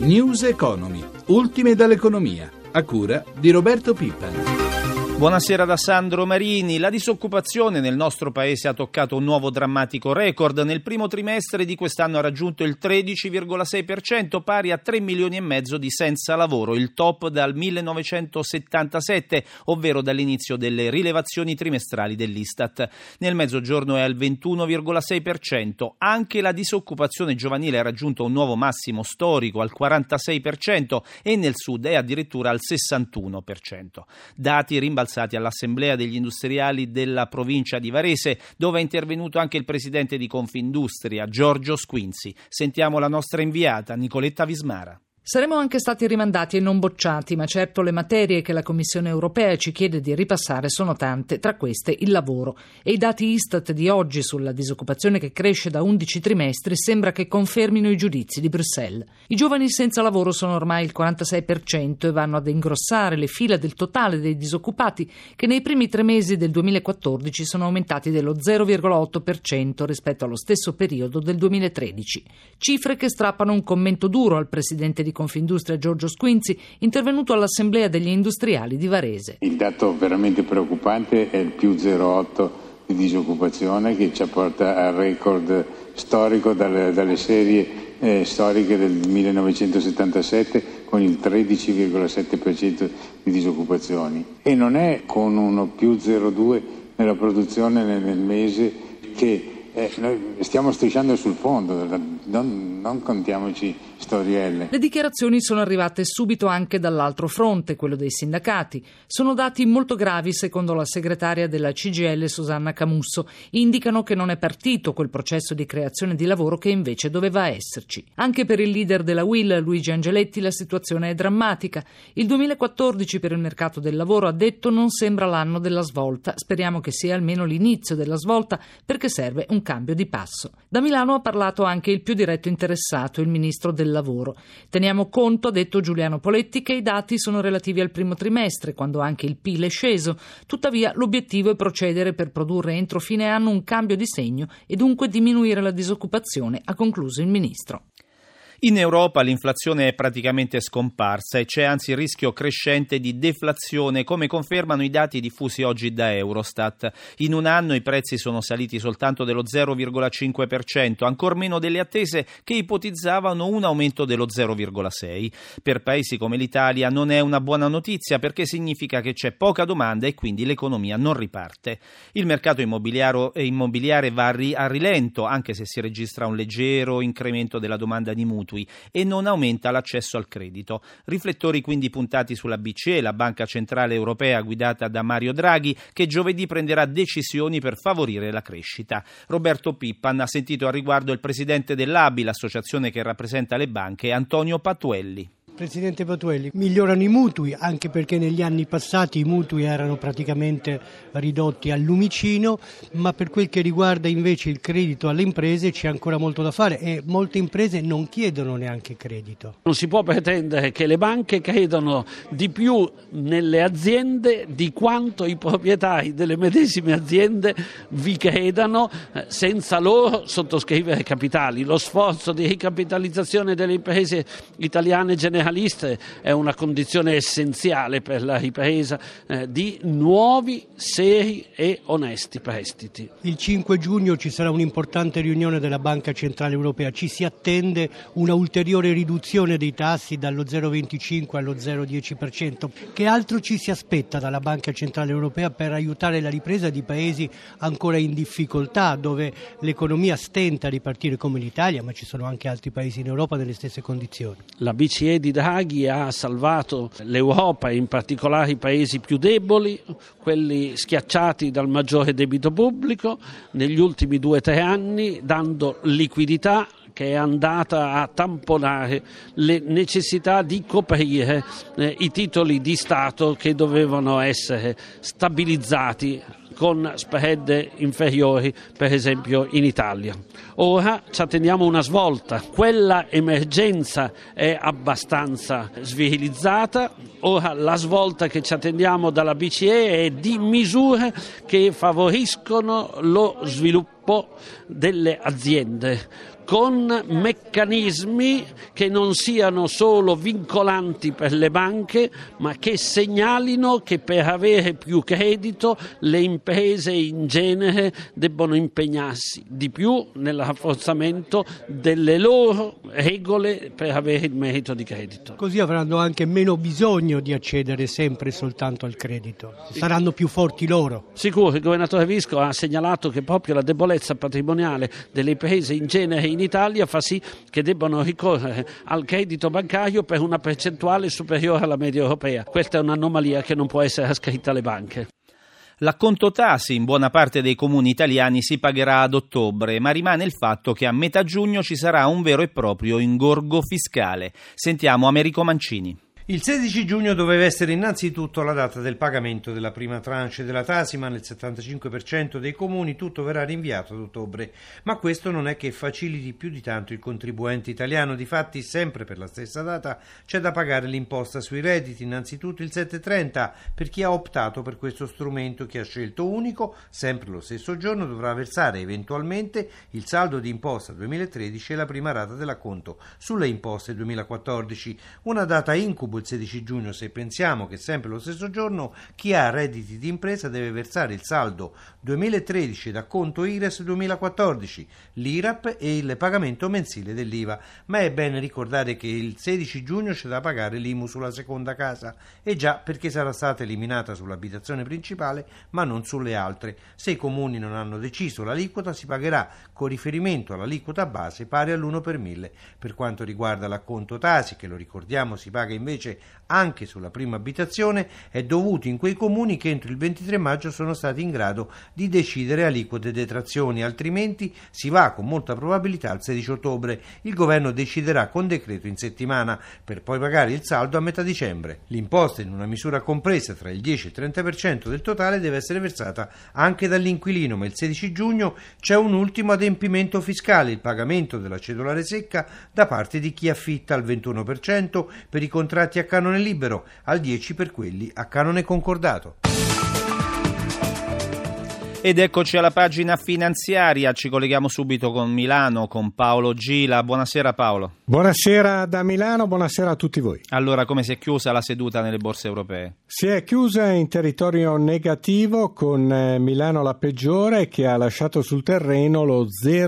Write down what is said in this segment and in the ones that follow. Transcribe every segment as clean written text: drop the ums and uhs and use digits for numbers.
News Economy, ultime dall'economia, a cura di Roberto Pippan. Buonasera da Sandro Marini. La disoccupazione nel nostro paese ha toccato un nuovo drammatico record. Nel primo trimestre di quest'anno ha raggiunto il 13,6%, pari a 3 milioni e mezzo di senza lavoro, il top dal 1977, ovvero dall'inizio delle rilevazioni trimestrali dell'Istat. Nel mezzogiorno è al 21,6%. Anche la disoccupazione giovanile ha raggiunto un nuovo massimo storico al 46% e nel sud è addirittura al 61%. Dati rimbalzati all'Assemblea degli Industriali della provincia di Varese, dove è intervenuto anche il presidente di Confindustria, Giorgio Squinzi. Sentiamo la nostra inviata, Nicoletta Vismara. Saremo anche stati rimandati e non bocciati, ma certo le materie che la Commissione europea ci chiede di ripassare sono tante, tra queste il lavoro. E i dati Istat di oggi sulla disoccupazione che cresce da 11 trimestri sembra che confermino i giudizi di Bruxelles. I giovani senza lavoro sono ormai il 46% e vanno ad ingrossare le fila del totale dei disoccupati, che nei primi 3 mesi del 2014 sono aumentati dello 0,8% rispetto allo stesso periodo del 2013. Cifre che strappano un commento duro al presidente di Confindustria Giorgio Squinzi, intervenuto all'Assemblea degli Industriali di Varese. Il dato veramente preoccupante è il più 0,8 di disoccupazione, che ci porta al record storico dalle serie storiche del 1977, con il 13,7% di disoccupazioni. E non è con uno più 0,2 nella produzione nel mese che noi stiamo strisciando sul fondo, non contiamoci storielle. Le dichiarazioni sono arrivate subito anche dall'altro fronte, quello dei sindacati. Sono dati molto gravi, secondo la segretaria della CGIL Susanna Camusso. Indicano che non è partito quel processo di creazione di lavoro che invece doveva esserci. Anche per il leader della UIL, Luigi Angeletti, la situazione è drammatica. Il 2014 per il mercato del lavoro, ha detto, non sembra l'anno della svolta. Speriamo che sia almeno l'inizio della svolta, perché serve un cambio di passo. Da Milano ha parlato anche il più diretto interessato, il ministro del lavoro. Teniamo conto, ha detto Giuliano Poletti, che i dati sono relativi al primo trimestre, quando anche il PIL è sceso. Tuttavia l'obiettivo è procedere per produrre entro fine anno un cambio di segno e dunque diminuire la disoccupazione, ha concluso il ministro. In Europa l'inflazione è praticamente scomparsa e c'è anzi il rischio crescente di deflazione, come confermano i dati diffusi oggi da Eurostat. In un anno i prezzi sono saliti soltanto dello 0,5%, ancor meno delle attese che ipotizzavano un aumento dello 0,6%. Per paesi come l'Italia non è una buona notizia, perché significa che c'è poca domanda e quindi l'economia non riparte. Il mercato immobiliare va a rilento, anche se si registra un leggero incremento della domanda di mutui e non aumenta l'accesso al credito. Riflettori quindi puntati sulla BCE, la Banca Centrale Europea guidata da Mario Draghi, che giovedì prenderà decisioni per favorire la crescita. Roberto Pippan ha sentito al riguardo il presidente dell'ABI, l'associazione che rappresenta le banche, Antonio Patuelli. Presidente Patuelli, migliorano i mutui, anche perché negli anni passati i mutui erano praticamente ridotti al lumicino, ma per quel che riguarda invece il credito alle imprese c'è ancora molto da fare e molte imprese non chiedono neanche credito. Non si può pretendere che le banche credano di più nelle aziende di quanto i proprietari delle medesime aziende vi credano senza loro sottoscrivere capitali. Lo sforzo di ricapitalizzazione delle imprese italiane generaliste è una condizione essenziale per la ripresa di nuovi, seri e onesti prestiti. Il 5 giugno ci sarà un'importante riunione della Banca Centrale Europea. Ci si attende una ulteriore riduzione dei tassi dallo 0,25 allo 0,10%. Che altro ci si aspetta dalla Banca Centrale Europea per aiutare la ripresa di paesi ancora in difficoltà, dove l'economia stenta a ripartire come l'Italia, ma ci sono anche altri paesi in Europa nelle stesse condizioni? La BCE di Draghi ha salvato l'Europa e in particolare i paesi più deboli, quelli schiacciati dal maggiore debito pubblico negli ultimi 2-3 anni, dando liquidità che è andata a tamponare le necessità di coprire i titoli di Stato che dovevano essere stabilizzati con spread inferiori, per esempio in Italia. Ora ci attendiamo una svolta, quella emergenza è abbastanza svirilizzata, ora la svolta che ci attendiamo dalla BCE è di misure che favoriscono lo sviluppo delle aziende, con meccanismi che non siano solo vincolanti per le banche, ma che segnalino che per avere più credito le imprese in genere debbono impegnarsi di più nel rafforzamento delle loro regole per avere il merito di credito. Così avranno anche meno bisogno di accedere sempre soltanto al credito, saranno più forti loro. Sicuro, il governatore Visco ha segnalato che proprio la debolezza patrimoniale delle imprese in genere in Italia fa sì che debbano ricorrere al credito bancario per una percentuale superiore alla media europea. Questa è un'anomalia che non può essere ascritta alle banche. L'acconto Tasi in buona parte dei comuni italiani si pagherà ad ottobre, ma rimane il fatto che a metà giugno ci sarà un vero e proprio ingorgo fiscale. Sentiamo Americo Mancini. Il 16 giugno doveva essere innanzitutto la data del pagamento della prima tranche della Tasi, ma nel 75% dei comuni tutto verrà rinviato ad ottobre. Ma questo non è che faciliti più di tanto il contribuente italiano. Difatti, sempre per la stessa data, c'è da pagare l'imposta sui redditi, innanzitutto il 7,30 per chi ha optato per questo strumento. Chi ha scelto unico, sempre lo stesso giorno, dovrà versare eventualmente il saldo di imposta 2013 e la prima rata dell'acconto sulle imposte 2014. Una data incubo il 16 giugno, se pensiamo che sempre lo stesso giorno chi ha redditi di impresa deve versare il saldo 2013 ed acconto IRES 2014, l'IRAP e il pagamento mensile dell'IVA. Ma è bene ricordare che il 16 giugno c'è da pagare l'IMU sulla seconda casa, e già perché sarà stata eliminata sull'abitazione principale ma non sulle altre. Se i comuni non hanno deciso l'aliquota, si pagherà con riferimento all'aliquota base pari all'1 per 1000. Per quanto riguarda l'acconto Tasi, che lo ricordiamo si paga invece anche sulla prima abitazione, è dovuto in quei comuni che entro il 23 maggio sono stati in grado di decidere aliquote e detrazioni, altrimenti si va con molta probabilità al 16 ottobre. Il governo deciderà con decreto in settimana per poi pagare il saldo a metà dicembre. L'imposta, in una misura compresa tra il 10 e il 30% del totale, deve essere versata anche dall'inquilino, ma il 16 giugno c'è un ultimo adempimento fiscale, il pagamento della cedolare secca da parte di chi affitta al 21% per i contratti a canone libero, al 10% per quelli a canone concordato. Ed eccoci alla pagina finanziaria, ci colleghiamo subito con Milano, con Paolo Gila. Buonasera Paolo. Buonasera da Milano, buonasera a tutti voi. Allora, come si è chiusa la seduta nelle borse europee? Si è chiusa in territorio negativo, con Milano la peggiore, che ha lasciato sul terreno lo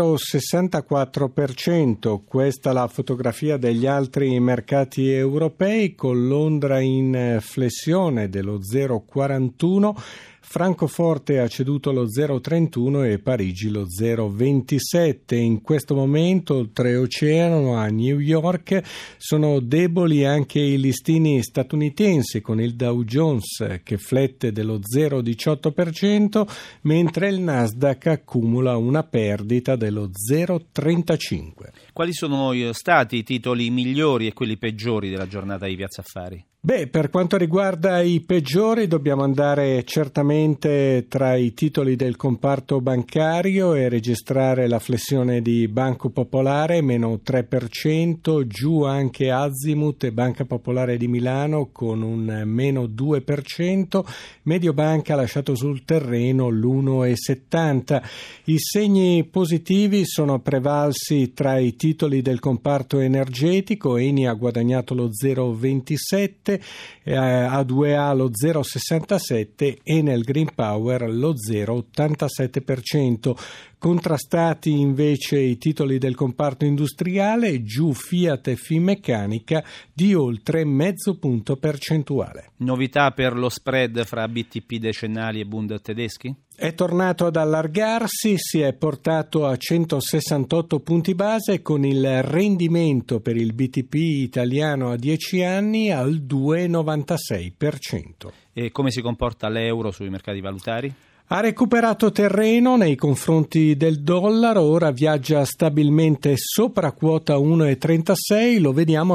0,64%. Questa è la fotografia degli altri mercati europei, con Londra in flessione dello 0,41%. Francoforte ha ceduto lo 0,31 e Parigi lo 0,27. In questo momento, oltreoceano a New York, sono deboli anche i listini statunitensi, con il Dow Jones che flette dello 0,18%, mentre il Nasdaq accumula una perdita dello 0,35%. Quali sono stati i titoli migliori e quelli peggiori della giornata di Piazza Affari? Per quanto riguarda i peggiori, dobbiamo andare certamente tra i titoli del comparto bancario e registrare la flessione di Banco Popolare, meno 3%, giù anche Azimut e Banca Popolare di Milano con un meno 2%, Mediobanca ha lasciato sul terreno l'1,70%. I segni positivi sono prevalsi tra i titoli del comparto energetico, Eni ha guadagnato lo 0,27%, A2A lo 0,67% e nel Green Power lo 0,87%. Contrastati invece i titoli del comparto industriale, giù Fiat e Finmeccanica di oltre mezzo punto percentuale. Novità per lo spread fra BTP decennali e Bund tedeschi? È tornato ad allargarsi, si è portato a 168 punti base, con il rendimento per il BTP italiano a 10 anni al 2,96%. E come si comporta l'euro sui mercati valutari? Ha recuperato terreno nei confronti del dollaro, ora viaggia stabilmente sopra quota 1,36, lo vediamo a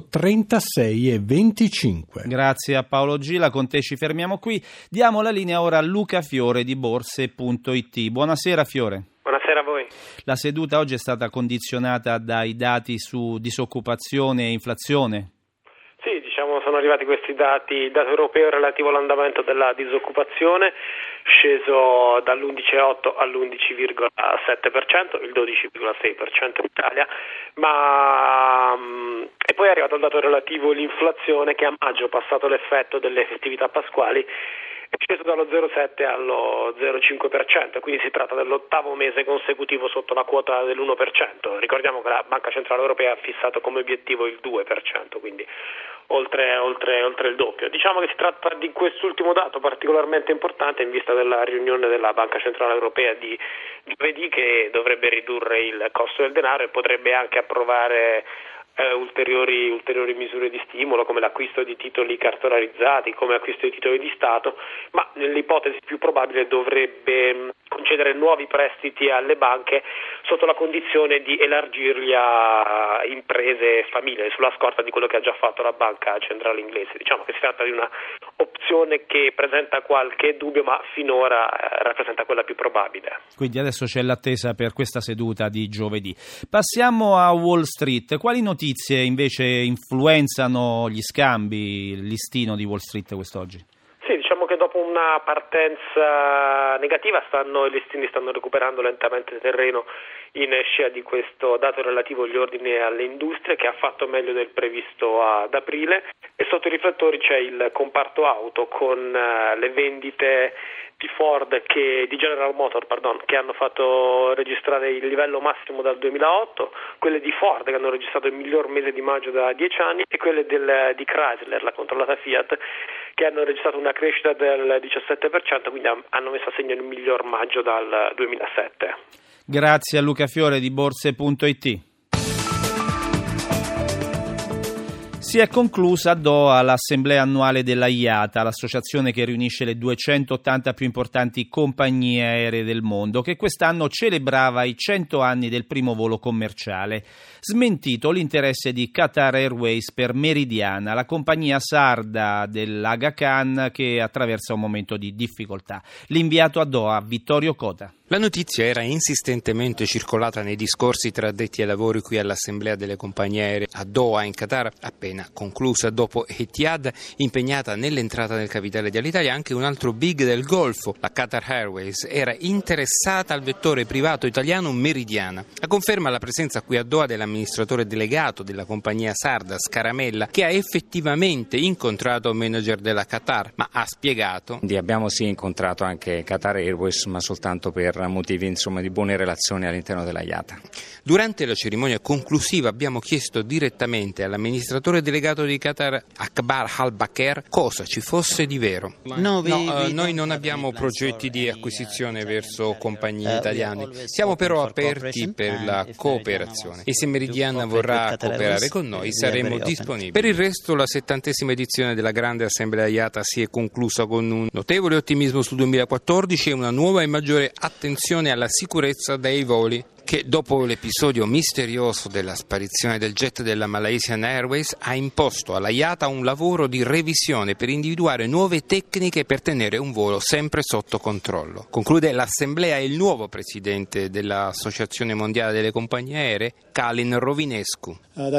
1,36,25. Grazie a Paolo Gila, con te ci fermiamo qui. Diamo la linea ora a Luca Fiore di Borse.it. Buonasera Fiore. Buonasera a voi. La seduta oggi è stata condizionata dai dati su disoccupazione e inflazione. Sì, sono arrivati questi dati, il dato europeo relativo all'andamento della disoccupazione, sceso dall'11,8 all'11,7%, il 12,6% in Italia, e poi è arrivato il dato relativo all'inflazione che a maggio, passato l'effetto delle festività pasquali, è sceso dallo 0,7 allo 0,5%, quindi si tratta dell'8º mese consecutivo sotto la quota dell'1%. Ricordiamo che la Banca Centrale Europea ha fissato come obiettivo il 2%, quindi oltre il doppio. Diciamo che si tratta di quest'ultimo dato particolarmente importante in vista della riunione della Banca Centrale Europea di giovedì, che dovrebbe ridurre il costo del denaro e potrebbe anche approvare ulteriori misure di stimolo, come l'acquisto di titoli cartolarizzati, come acquisto di titoli di Stato, ma nell'ipotesi più probabile dovrebbe concedere nuovi prestiti alle banche sotto la condizione di elargirli a imprese e famiglie, sulla scorta di quello che ha già fatto la Banca Centrale Inglese. Diciamo che si tratta di una opzione che presenta qualche dubbio, ma finora rappresenta quella più probabile. Quindi adesso c'è l'attesa per questa seduta di giovedì. Passiamo a Wall Street. Quali notizie invece influenzano gli scambi, il listino di Wall Street quest'oggi? Sì, diciamo che dopo una partenza negativa i listini stanno recuperando lentamente terreno in scia di questo dato relativo agli ordini alle industrie, che ha fatto meglio del previsto ad aprile, e sotto i riflettori c'è il comparto auto con le vendite di General Motors, che hanno fatto registrare il livello massimo dal 2008, quelle di Ford che hanno registrato il miglior mese di maggio da 10 anni e quelle di Chrysler, la controllata Fiat, che hanno registrato una crescita del 17%, quindi hanno messo a segno il miglior maggio dal 2007. Grazie a Luca Fiore di Borse.it. Si è conclusa a Doha l'assemblea annuale della IATA, l'associazione che riunisce le 280 più importanti compagnie aeree del mondo, che quest'anno celebrava i 100 anni del primo volo commerciale. Smentito l'interesse di Qatar Airways per Meridiana, la compagnia sarda dell'Aga Khan che attraversa un momento di difficoltà. L'inviato a Doha, Vittorio Cota. La notizia era insistentemente circolata nei discorsi tra addetti ai lavori qui all'Assemblea delle compagnie aeree a Doha, in Qatar, appena conclusa. Dopo Etihad, impegnata nell'entrata nel capitale di Alitalia, anche un altro big del Golfo, la Qatar Airways, era interessata al vettore privato italiano Meridiana. A conferma la presenza qui a Doha dell'amministratore delegato della compagnia sarda, Scaramella, che ha effettivamente incontrato il manager della Qatar, ma ha spiegato: abbiamo sì incontrato anche Qatar Airways, ma soltanto per motivi di buone relazioni all'interno della IATA. Durante la cerimonia conclusiva abbiamo chiesto direttamente all'amministratore delegato di Qatar, Akbar Al-Bakr, cosa ci fosse di vero. Noi non abbiamo progetti di acquisizione verso compagnie italiane, siamo però aperti per la cooperazione e se Meridiana vorrà cooperare con noi saremo disponibili. Per il resto la 70ª edizione della grande assemblea IATA si è conclusa con un notevole ottimismo sul 2014 e una nuova e maggiore attenzione alla sicurezza dei voli, che dopo l'episodio misterioso della sparizione del jet della Malaysian Airways ha imposto alla IATA un lavoro di revisione per individuare nuove tecniche per tenere un volo sempre sotto controllo. Conclude l'assemblea il nuovo presidente dell'Associazione Mondiale delle Compagnie Aeree, Calin Rovinescu.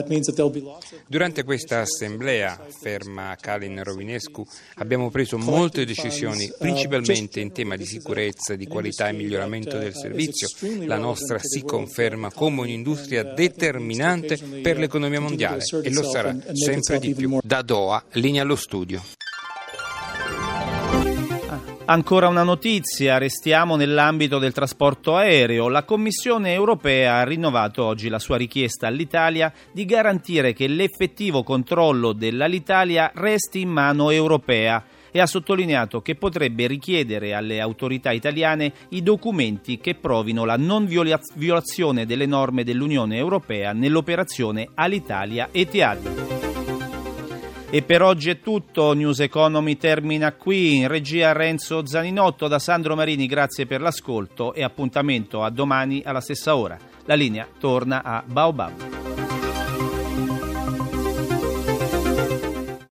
Durante questa assemblea, afferma Calin Rovinescu, abbiamo preso molte decisioni, principalmente in tema di sicurezza, di qualità e miglioramento del servizio. La nostra si conferma come un'industria determinante per l'economia mondiale e lo sarà sempre di più. Da Doha, linea allo studio. Ancora una notizia, restiamo nell'ambito del trasporto aereo. La Commissione europea ha rinnovato oggi la sua richiesta all'Italia di garantire che l'effettivo controllo dell'Alitalia resti in mano europea e ha sottolineato che potrebbe richiedere alle autorità italiane i documenti che provino la non violazione delle norme dell'Unione Europea nell'operazione Alitalia Etihad. E per oggi è tutto, News Economy termina qui, in regia Renzo Zaninotto, da Sandro Marini grazie per l'ascolto e appuntamento a domani alla stessa ora. La linea torna a Baobab.